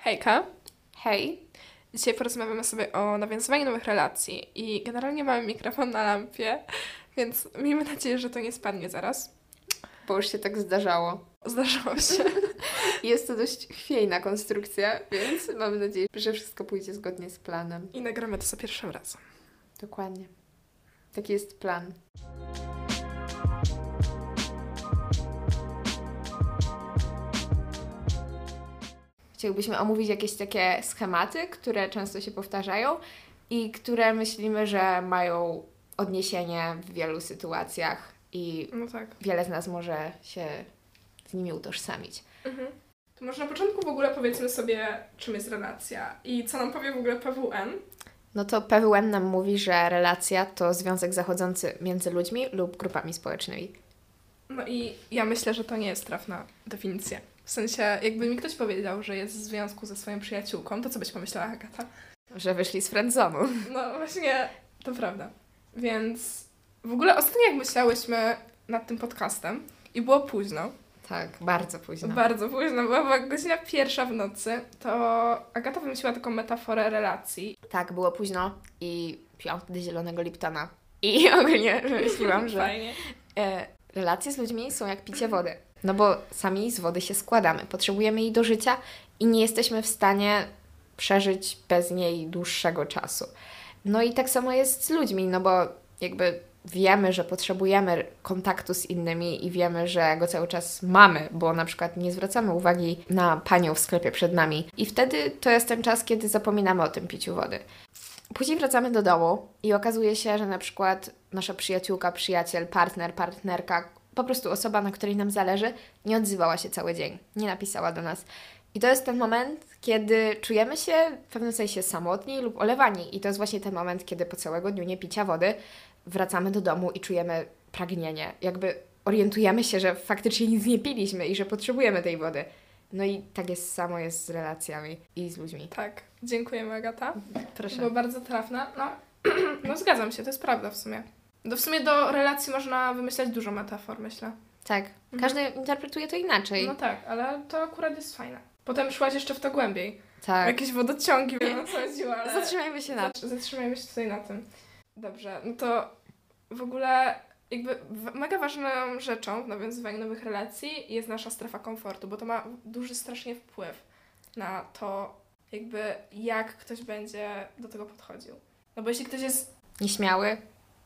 Hejka, Hej. dzisiaj porozmawiamy sobie o nawiązywaniu nowych relacji i generalnie mamy mikrofon na lampie, więc miejmy nadzieję, że to nie spadnie zaraz. Bo już się tak zdarzało. Zdarzyło się. Jest to dość chwiejna konstrukcja, więc mamy nadzieję, że wszystko pójdzie zgodnie z planem. I nagramy to za pierwszym razem. Dokładnie. Taki jest plan. Chcielibyśmy omówić jakieś takie schematy, które często się powtarzają i które myślimy, że mają odniesienie w wielu sytuacjach i No tak. wiele z nas może się z nimi utożsamić. To może na początku w ogóle powiedzmy sobie, czym jest relacja i co nam powie w ogóle PWN. No to PWN nam mówi, że relacja to związek zachodzący między ludźmi lub grupami społecznymi. No i ja myślę, że to nie jest trafna definicja. W sensie, jakby mi ktoś powiedział, że jest w związku ze swoją przyjaciółką, to co byś pomyślała, Agata? Że wyszli z friendzonu. No właśnie, to prawda. Więc w ogóle ostatnio jak myślałyśmy nad tym podcastem i było późno, Tak, bardzo późno. bardzo późno, była godzina 1 w nocy, to Agata wymyśliła taką metaforę relacji. Tak, było późno i piłam wtedy zielonego Liptona. I ogólnie wymyśliłam, że Fajnie. relacje z ludźmi są jak picie wody. No bo sami z wody się składamy. Potrzebujemy jej do życia i nie jesteśmy w stanie przeżyć bez niej dłuższego czasu. No i tak samo jest z ludźmi, no bo jakby wiemy, że potrzebujemy kontaktu z innymi i wiemy, że go cały czas mamy, bo na przykład nie zwracamy uwagi na panią w sklepie przed nami. I wtedy to jest ten czas, kiedy zapominamy o tym piciu wody. Później wracamy do domu i okazuje się, że na przykład nasza przyjaciółka, przyjaciel, partner, partnerka, po prostu osoba, na której nam zależy, nie odzywała się cały dzień, nie napisała do nas. I to jest ten moment, kiedy czujemy się w pewnym sensie samotni lub olewani. I to jest właśnie ten moment, kiedy po całego dniu niepicia wody wracamy do domu i czujemy pragnienie. Jakby orientujemy się, że faktycznie nic nie piliśmy i że potrzebujemy tej wody. No i tak jest samo jest z relacjami i z ludźmi. Tak, dziękujemy Agata. Proszę. Była bardzo trafna. No, no zgadzam się, to jest prawda w sumie. W sumie do relacji można wymyślać dużo metafor, myślę. Tak. Każdy interpretuje to inaczej. No tak, ale to akurat jest fajne. Potem szłaś jeszcze w to głębiej. Tak. Jakieś wodociągi, wiem o co chodziło, ale... Zatrzymajmy się na tym. Zatrzymajmy się tutaj na tym. Dobrze, no to w ogóle jakby mega ważną rzeczą w nawiązywaniu nowych relacji jest nasza strefa komfortu, bo to ma duży strasznie wpływ na to, jakby jak ktoś będzie do tego podchodził. No bo jeśli ktoś jest... Nieśmiały.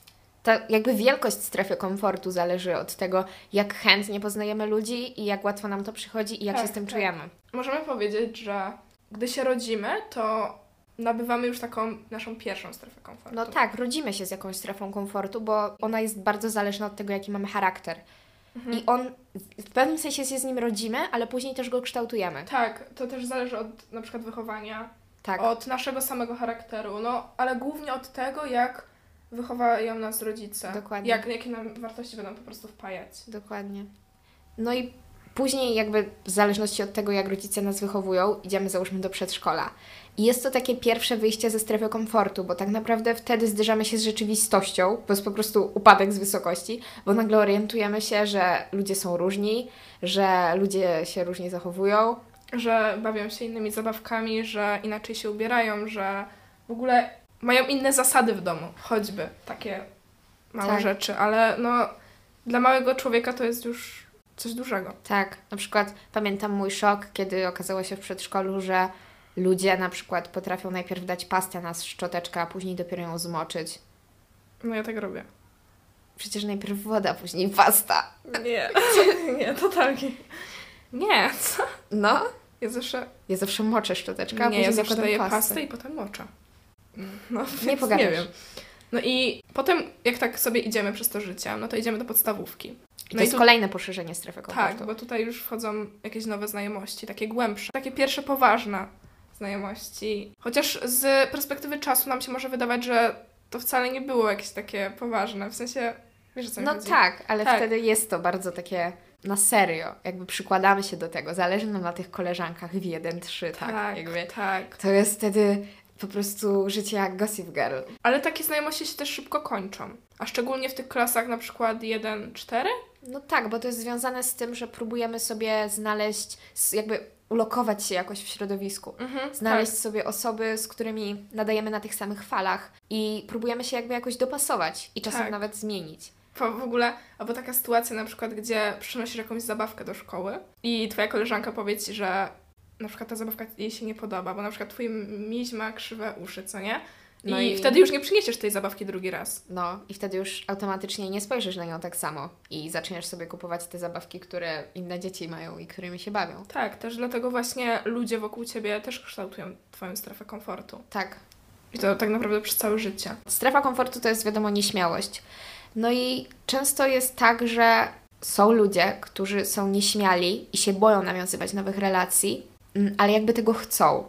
Ta jakby wielkość strefy komfortu zależy od tego, jak chętnie poznajemy ludzi i jak łatwo nam to przychodzi i jak się z tym czujemy. Możemy powiedzieć, że gdy się rodzimy, to nabywamy już taką naszą pierwszą strefę komfortu. No tak, rodzimy się z jakąś strefą komfortu, bo ona jest bardzo zależna od tego, jaki mamy charakter. I on, w pewnym sensie się z nim rodzimy, ale później też go kształtujemy. Tak, to też zależy od na przykład wychowania, Tak. od naszego samego charakteru, no ale głównie od tego, jak wychowają nas rodzice. Dokładnie. Jakie nam wartości będą po prostu wpajać. Dokładnie. No i później jakby w zależności od tego, jak rodzice nas wychowują, idziemy załóżmy do przedszkola. I jest to takie pierwsze wyjście ze strefy komfortu, bo tak naprawdę wtedy zderzamy się z rzeczywistością, to jest po prostu upadek z wysokości, bo nagle orientujemy się, że ludzie są różni, że ludzie się różnie zachowują. Że bawią się innymi zabawkami, że inaczej się ubierają, że w ogóle mają inne zasady w domu, choćby takie małe Tak. rzeczy, ale no dla małego człowieka to jest już coś dużego. Tak, na przykład pamiętam mój szok, kiedy okazało się w przedszkolu, że ludzie na przykład potrafią najpierw dać pastę na szczoteczkę, a później dopiero ją zmoczyć. No ja tak robię. Przecież najpierw woda, później pasta. Nie, nie, totalnie. Nie, co? No, Ja zawsze moczę szczoteczkę, a nie, ja później zawsze zakładam daję pastę. pastę i potem moczę. No, Nie więc pogadasz. nie wiem. No i potem, jak tak sobie idziemy przez to życie, no to idziemy do podstawówki. I to No jest tu- kolejne poszerzenie strefy komfortu. Tak, bo tutaj już wchodzą jakieś nowe znajomości, takie głębsze, takie pierwsze poważne znajomości. Chociaż z perspektywy czasu nam się może wydawać, że to wcale nie było jakieś takie poważne, w sensie, wiesz o co mi No chodzi? tak, ale Tak. wtedy jest to bardzo takie na serio. Jakby przykładamy się do tego. Zależy nam na tych koleżankach w 1-3, tak? Jakby tak. to jest wtedy po prostu życie jak Gossip Girl. Ale takie znajomości się też szybko kończą. A szczególnie w tych klasach na przykład 1-4, No tak, bo to jest związane z tym, że próbujemy sobie znaleźć, jakby ulokować się jakoś w środowisku. Znaleźć sobie osoby, z którymi nadajemy na tych samych falach i próbujemy się jakby jakoś dopasować i czasem nawet zmienić. W ogóle, albo taka sytuacja na przykład, gdzie przynosisz jakąś zabawkę do szkoły i twoja koleżanka powie ci, że na przykład ta zabawka jej się nie podoba, bo na przykład twój miś ma krzywe uszy, co nie? No I wtedy już nie przyniesiesz tej zabawki drugi raz. No i wtedy już automatycznie nie spojrzysz na nią tak samo i zaczniesz sobie kupować te zabawki, które inne dzieci mają i którymi się bawią. Tak, też dlatego właśnie ludzie wokół ciebie też kształtują twoją strefę komfortu. Tak. I to tak naprawdę przez całe życie. Strefa komfortu to jest wiadomo nieśmiałość. No i często jest tak, że są ludzie, którzy są nieśmiali i się boją nawiązywać nowych relacji, ale jakby tego chcą.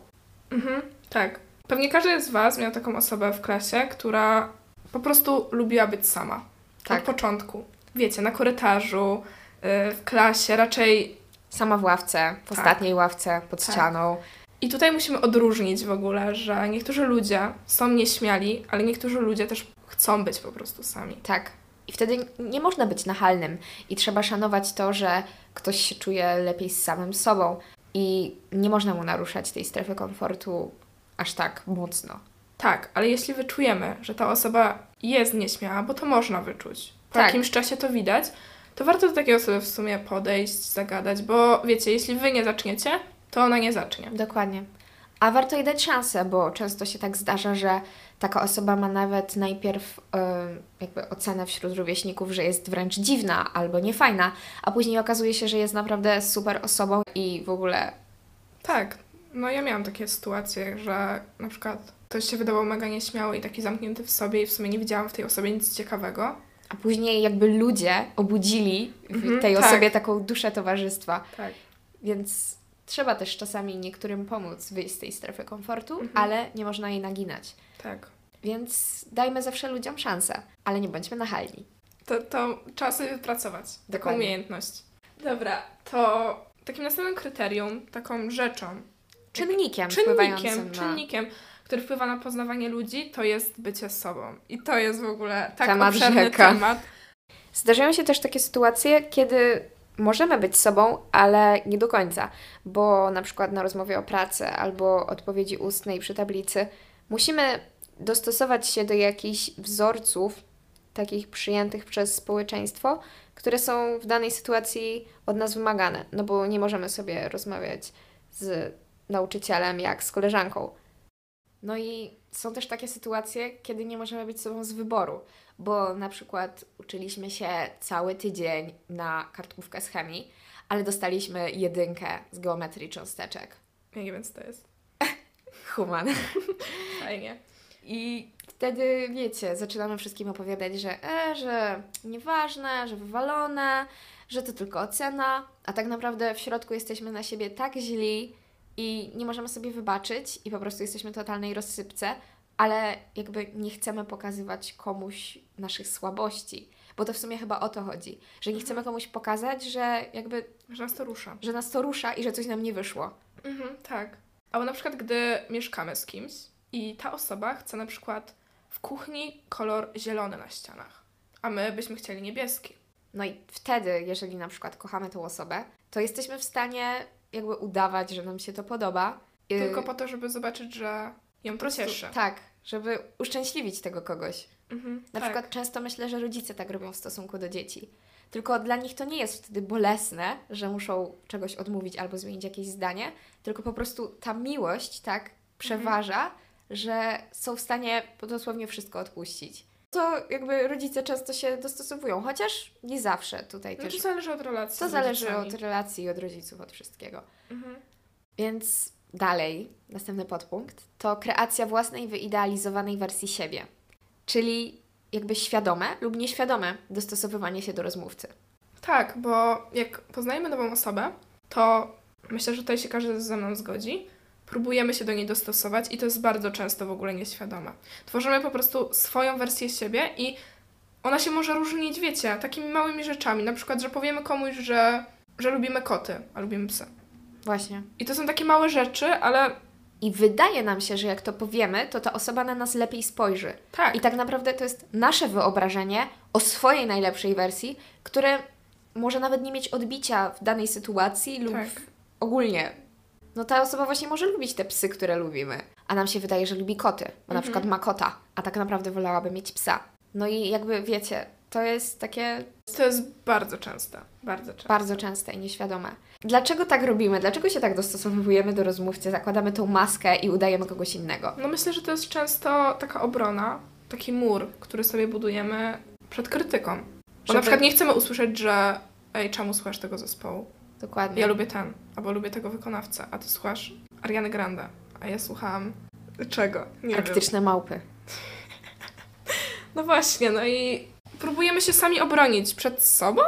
Tak. Pewnie każdy z Was miał taką osobę w klasie, która po prostu lubiła być sama. Tak. Od początku. Wiecie, na korytarzu, w klasie, raczej... Sama w ławce, w ostatniej ławce, pod ścianą. I tutaj musimy odróżnić w ogóle, że niektórzy ludzie są nieśmiali, ale niektórzy ludzie też chcą być po prostu sami. Tak. I wtedy nie można być nachalnym i trzeba szanować to, że ktoś się czuje lepiej z samym sobą i nie można mu naruszać tej strefy komfortu aż tak mocno. Tak, ale jeśli wyczujemy, że ta osoba jest nieśmiała, bo to można wyczuć, po jakimś czasie to widać, to warto do takiej osoby w sumie podejść, zagadać, bo wiecie, jeśli Wy nie zaczniecie, to ona nie zacznie. Dokładnie. A warto jej dać szansę, bo często się tak zdarza, że taka osoba ma nawet najpierw jakby ocenę wśród rówieśników, że jest wręcz dziwna albo niefajna, a później okazuje się, że jest naprawdę super osobą i w ogóle... Tak, no ja miałam takie sytuacje, że na przykład ktoś się wydawał mega nieśmiały i taki zamknięty w sobie i w sumie nie widziałam w tej osobie nic ciekawego. A później jakby ludzie obudzili w tej osobie taką duszę towarzystwa. Tak. Więc trzeba też czasami niektórym pomóc wyjść z tej strefy komfortu, ale nie można jej naginać. Tak. Więc dajmy zawsze ludziom szansę, ale nie bądźmy nachalni. To trzeba sobie wypracować taką umiejętność. Dobra, to takim następnym kryterium, taką rzeczą, Czynnikiem, który wpływa na poznawanie ludzi, to jest bycie sobą. I to jest w ogóle tak temat obszerny rzeka. temat. Zdarzają się też takie sytuacje, kiedy możemy być sobą, ale nie do końca, bo na przykład na rozmowie o pracy albo odpowiedzi ustnej przy tablicy musimy dostosować się do jakichś wzorców, takich przyjętych przez społeczeństwo, które są w danej sytuacji od nas wymagane, no bo nie możemy sobie rozmawiać z nauczycielem jak z koleżanką. No i są też takie sytuacje, kiedy nie możemy być sobą z wyboru, bo na przykład uczyliśmy się cały tydzień na kartkówkę z chemii, ale dostaliśmy 1 z geometrii cząsteczek. Ja nie wiem, co to jest. Human. Fajnie. I wtedy, wiecie, zaczynamy wszystkim opowiadać, że nieważne, że wywalone, że to tylko ocena, a tak naprawdę w środku jesteśmy na siebie tak źli i nie możemy sobie wybaczyć i po prostu jesteśmy w totalnej rozsypce, ale jakby nie chcemy pokazywać komuś naszych słabości, bo to w sumie chyba o to chodzi, że nie chcemy komuś pokazać, że jakby... Że nas to rusza. Że nas to rusza i że coś nam nie wyszło. Tak. Albo na przykład, gdy mieszkamy z kimś i ta osoba chce na przykład w kuchni kolor zielony na ścianach, a my byśmy chcieli niebieski. No i wtedy, jeżeli na przykład kochamy tą osobę, to jesteśmy w stanie jakby udawać, że nam się to podoba. Tylko po to, żeby zobaczyć, że ją to cieszy. Tak, żeby uszczęśliwić tego kogoś. Na tak. przykład często myślę, że rodzice tak robią w stosunku do dzieci. Tylko dla nich to nie jest wtedy bolesne, że muszą czegoś odmówić albo zmienić jakieś zdanie, tylko po prostu ta miłość tak przeważa, że są w stanie dosłownie wszystko odpuścić. To jakby rodzice często się dostosowują, chociaż nie zawsze tutaj też. To zależy od relacji. To zależy od relacji, od rodziców, od wszystkiego. Więc dalej, następny podpunkt, to kreacja własnej wyidealizowanej wersji siebie. Czyli jakby świadome lub nieświadome dostosowywanie się do rozmówcy. Tak, bo jak poznajemy nową osobę, to myślę, że tutaj się każdy ze mną zgodzi. Próbujemy się do niej dostosować i to jest bardzo często w ogóle nieświadome. Tworzymy po prostu swoją wersję siebie i ona się może różnić, wiecie, takimi małymi rzeczami. Na przykład, że powiemy komuś, że lubimy koty, a lubimy psy. Właśnie. I to są takie małe rzeczy, ale... I wydaje nam się, że jak to powiemy, to ta osoba na nas lepiej spojrzy. Tak. I tak naprawdę to jest nasze wyobrażenie o swojej najlepszej wersji, które może nawet nie mieć odbicia w danej sytuacji lub Tak. ogólnie. No ta osoba właśnie może lubić te psy, które lubimy, a nam się wydaje, że lubi koty, bo na przykład ma kota, a tak naprawdę wolałaby mieć psa. No i jakby wiecie, to jest takie To jest bardzo częste. Bardzo częste. bardzo częste i nieświadome. Dlaczego tak robimy? Dlaczego się tak dostosowujemy do rozmówcy? Zakładamy tą maskę i udajemy kogoś innego? No myślę, że to jest często taka obrona, taki mur, który sobie budujemy przed krytyką. Bo Żeby- na przykład nie chcemy usłyszeć, że ej, czemu słuchasz tego zespołu? Dokładnie. Ja lubię ten, albo lubię tego wykonawcę, a ty słuchasz Ariany Grande, a ja słucham czego? Nie wiem. Arktyczne małpy. No właśnie, no i próbujemy się sami obronić przed sobą?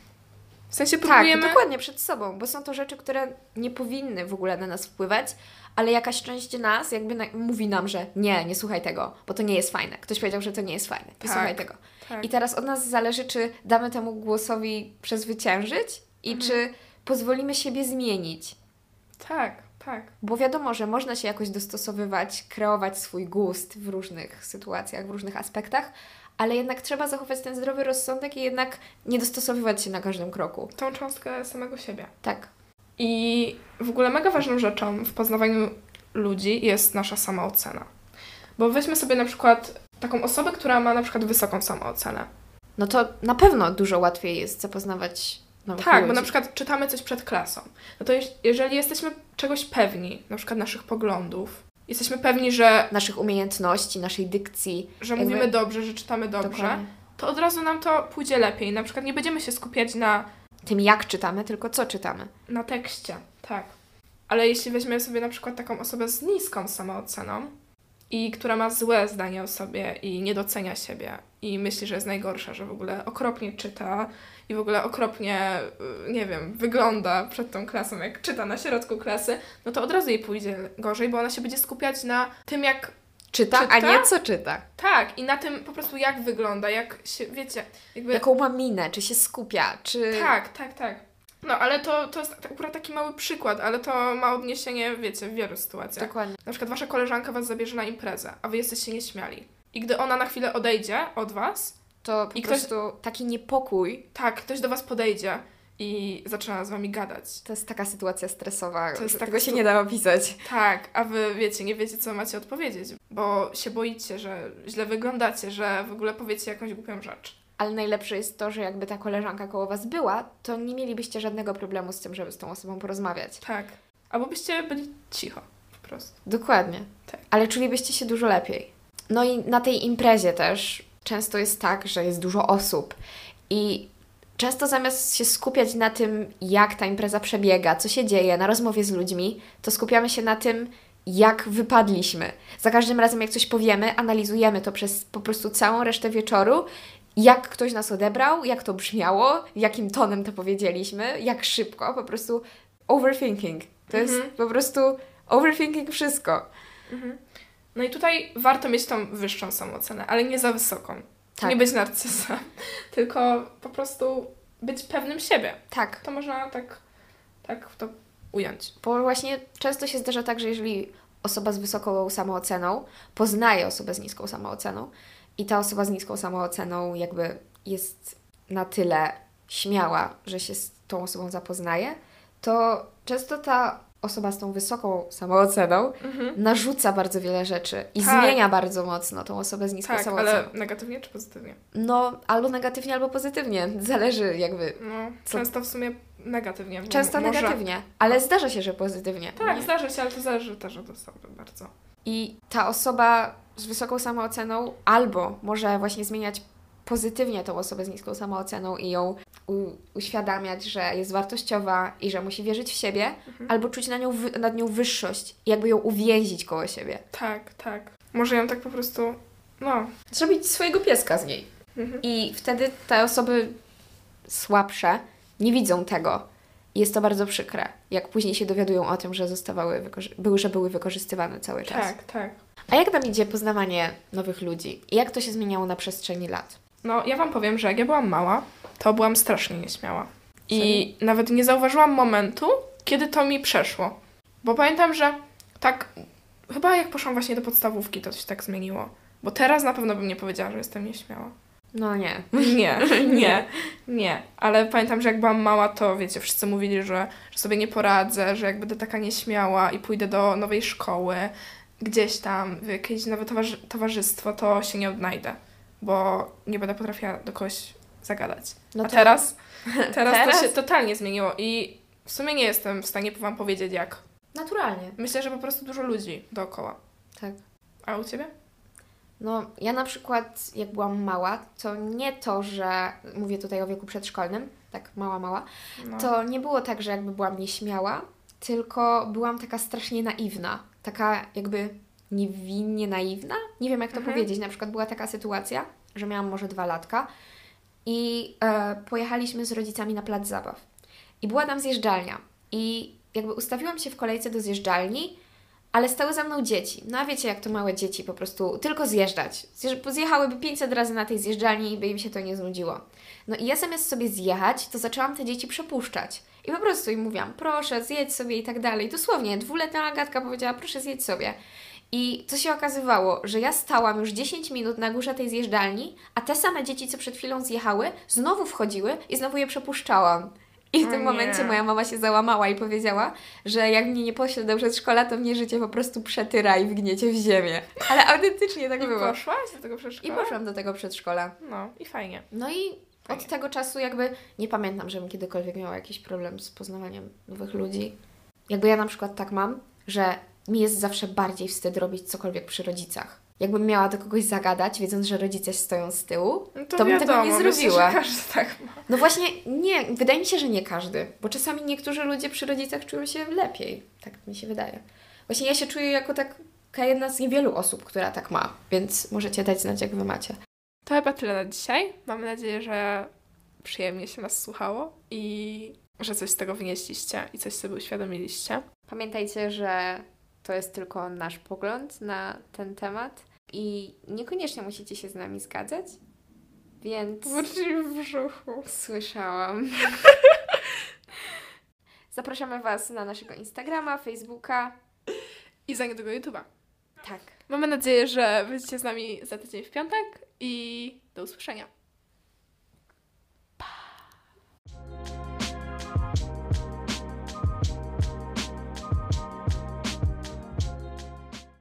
W sensie Tak, próbujemy... dokładnie, przed sobą, bo są to rzeczy, które nie powinny w ogóle na nas wpływać, ale jakaś część nas jakby mówi nam, że nie słuchaj tego, bo to nie jest fajne. Ktoś powiedział, że to nie jest fajne, nie Tak, słuchaj tego. tak. I teraz od nas zależy, czy damy temu głosowi przezwyciężyć i czy pozwolimy siebie zmienić. Tak, tak. Bo wiadomo, że można się jakoś dostosowywać, kreować swój gust w różnych sytuacjach, w różnych aspektach, ale jednak trzeba zachować ten zdrowy rozsądek i jednak nie dostosowywać się na każdym kroku. Tą cząstkę samego siebie. Tak. I w ogóle mega ważną rzeczą w poznawaniu ludzi jest nasza samoocena. Bo weźmy sobie na przykład taką osobę, która ma na przykład wysoką samoocenę. No to na pewno dużo łatwiej jest zapoznawać nowych Tak, ludzi. bo na przykład czytamy coś przed klasą. No to jeżeli jesteśmy czegoś pewni, na przykład naszych poglądów, jesteśmy pewni, że Naszych umiejętności, naszej dykcji. Jakby- mówimy dobrze, że czytamy dobrze, Dokładnie. to od razu nam to pójdzie lepiej. Na przykład nie będziemy się skupiać Tym jak czytamy, tylko co czytamy. na tekście. Tak. Ale jeśli weźmiemy sobie na przykład taką osobę z niską samooceną i która ma złe zdanie o sobie i nie docenia siebie i myśli, że jest najgorsza, że w ogóle okropnie czyta i w ogóle okropnie, nie wiem, wygląda przed tą klasą, jak czyta na środku klasy, no to od razu jej pójdzie gorzej, bo ona się będzie skupiać na tym, jak Czyta, a Czyta? nie co czyta. tak, i na tym po prostu jak wygląda, jak się, wiecie, jakby... Jaką ma minę, czy się skupia, czy... Tak, tak, tak. No, ale to jest akurat taki mały przykład, ale to ma odniesienie, wiecie, w wielu sytuacjach. Dokładnie. Na przykład wasza koleżanka was zabierze na imprezę, a wy jesteście nieśmiali. I gdy ona na chwilę odejdzie od was, To po I ktoś- prostu taki niepokój, tak, ktoś do was podejdzie i zaczyna z wami gadać. to jest taka sytuacja stresowa, To jest że taka tego się nie da opisać. Tak, a wy wiecie, nie wiecie, co macie odpowiedzieć, bo się boicie, że źle wyglądacie, że w ogóle powiecie jakąś głupią rzecz. Ale najlepsze jest to, że jakby ta koleżanka koło was była, to nie mielibyście żadnego problemu z tym, żeby z tą osobą porozmawiać. Tak. Albo byście byli cicho, po prostu. Dokładnie. Tak. Ale czulibyście się dużo lepiej. No i na tej imprezie też często jest tak, że jest dużo osób i często zamiast się skupiać na tym, jak ta impreza przebiega, co się dzieje, na rozmowie z ludźmi, to skupiamy się na tym, jak wypadliśmy. Za każdym razem, jak coś powiemy, analizujemy to przez po prostu całą resztę wieczoru, jak ktoś nas odebrał, jak to brzmiało, jakim tonem to powiedzieliśmy, jak szybko, po prostu overthinking. To jest po prostu overthinking wszystko. No i tutaj warto mieć tą wyższą samoocenę, ale nie za wysoką. Tak. Nie być narcysem, tylko po prostu być pewnym siebie. Tak. To można tak to ująć. Bo właśnie często się zdarza tak, że jeżeli osoba z wysoką samooceną poznaje osobę z niską samooceną i ta osoba z niską samooceną jakby jest na tyle śmiała, że się z tą osobą zapoznaje, to często ta osoba z tą wysoką samooceną narzuca bardzo wiele rzeczy i Tak. zmienia bardzo mocno tą osobę z niską Tak, samooceną. ale negatywnie czy pozytywnie? No, albo negatywnie, albo pozytywnie. Zależy jakby. No, Co- często w sumie negatywnie. bo Często może... negatywnie, ale zdarza się, że pozytywnie. Tak, Nie? zdarza się, ale to zależy też od osoby bardzo. I ta osoba z wysoką samooceną albo może właśnie zmieniać pozytywnie tą osobę z niską samooceną i ją uświadamiać, że jest wartościowa i że musi wierzyć w siebie, albo czuć nad nią wyższość i jakby ją uwięzić koło siebie. Tak, tak. Może ją tak po prostu, no. Zrobić swojego pieska z niej. I wtedy te osoby słabsze nie widzą tego. I jest to bardzo przykre, jak później się dowiadują o tym, że były wykorzystywane cały czas. Tak, tak. A jak nam idzie poznawanie nowych ludzi? I jak to się zmieniało na przestrzeni lat? No, ja Wam powiem, że jak ja byłam mała, to byłam strasznie nieśmiała. I nawet nie zauważyłam momentu, kiedy to mi przeszło. Bo pamiętam, że tak, chyba jak poszłam właśnie do podstawówki, to się tak zmieniło. Bo teraz na pewno bym nie powiedziała, że jestem nieśmiała. No nie. Nie. Ale pamiętam, że jak byłam mała, to wiecie, wszyscy mówili, że sobie nie poradzę, że jak będę taka nieśmiała i pójdę do nowej szkoły, gdzieś tam, w jakieś nowe towarzystwo, to się nie odnajdę, bo nie będę potrafiła do kogoś zagadać. No A to- teraz to Teraz? się totalnie zmieniło i w sumie nie jestem w stanie wam powiedzieć jak. Naturalnie. Myślę, że po prostu dużo ludzi dookoła. Tak. A u ciebie? No, ja na przykład, jak byłam mała, to nie to, że mówię tutaj o wieku przedszkolnym, tak mała, No. to nie było tak, że jakby byłam nieśmiała, tylko byłam taka strasznie naiwna, taka jakby niewinnie naiwna, nie wiem jak to powiedzieć, na przykład była taka sytuacja, że miałam może 2 latka i pojechaliśmy z rodzicami na plac zabaw i była tam zjeżdżalnia i jakby ustawiłam się w kolejce do zjeżdżalni, ale stały za mną dzieci. No a wiecie, jak to małe dzieci po prostu tylko zjeżdżać. Zjechałyby 500 razy na tej zjeżdżalni i by im się to nie znudziło. No i ja zamiast sobie zjechać, to zaczęłam te dzieci przepuszczać. I po prostu im mówiłam, proszę, zjedź sobie i tak dalej. Dosłownie, 2-letnia Agatka powiedziała, proszę, zjedź sobie. I co się okazywało, że ja stałam już 10 minut na górze tej zjeżdżalni, a te same dzieci, co przed chwilą zjechały, znowu wchodziły i znowu je przepuszczałam. I w O tym nie. momencie moja mama się załamała i powiedziała, że jak mnie nie pośle do przedszkola, to mnie życie po prostu przetyra i wgniecie w ziemię. Ale autentycznie tak I było. poszłaś do tego przedszkola? I poszłam do tego przedszkola. No i fajnie. No i Fajnie. od tego czasu jakby nie pamiętam, żebym kiedykolwiek miała jakiś problem z poznawaniem nowych ludzi. Jakby ja na przykład tak mam, że mi jest zawsze bardziej wstyd robić cokolwiek przy rodzicach. Jakbym miała do kogoś zagadać, wiedząc, że rodzice stoją z tyłu, No to bym tego nie myślę, zrobiła. że każdy tak ma. No właśnie, nie, wydaje mi się, że nie każdy, bo czasami niektórzy ludzie przy rodzicach czują się lepiej, tak mi się wydaje. Właśnie ja się czuję jako taka jedna z niewielu osób, która tak ma, więc możecie dać znać, jak wy macie. To chyba tyle na dzisiaj. Mam nadzieję, że przyjemnie się nas słuchało i że coś z tego wynieśliście i coś sobie uświadomiliście. Pamiętajcie, że to jest tylko nasz pogląd na ten temat i niekoniecznie musicie się z nami zgadzać, więc Wróci w brzuchu. słyszałam. Zapraszamy Was na naszego Instagrama, Facebooka. I za niedługo YouTube'a. Tak. Mamy nadzieję, że będziecie z nami za tydzień w piątek i do usłyszenia.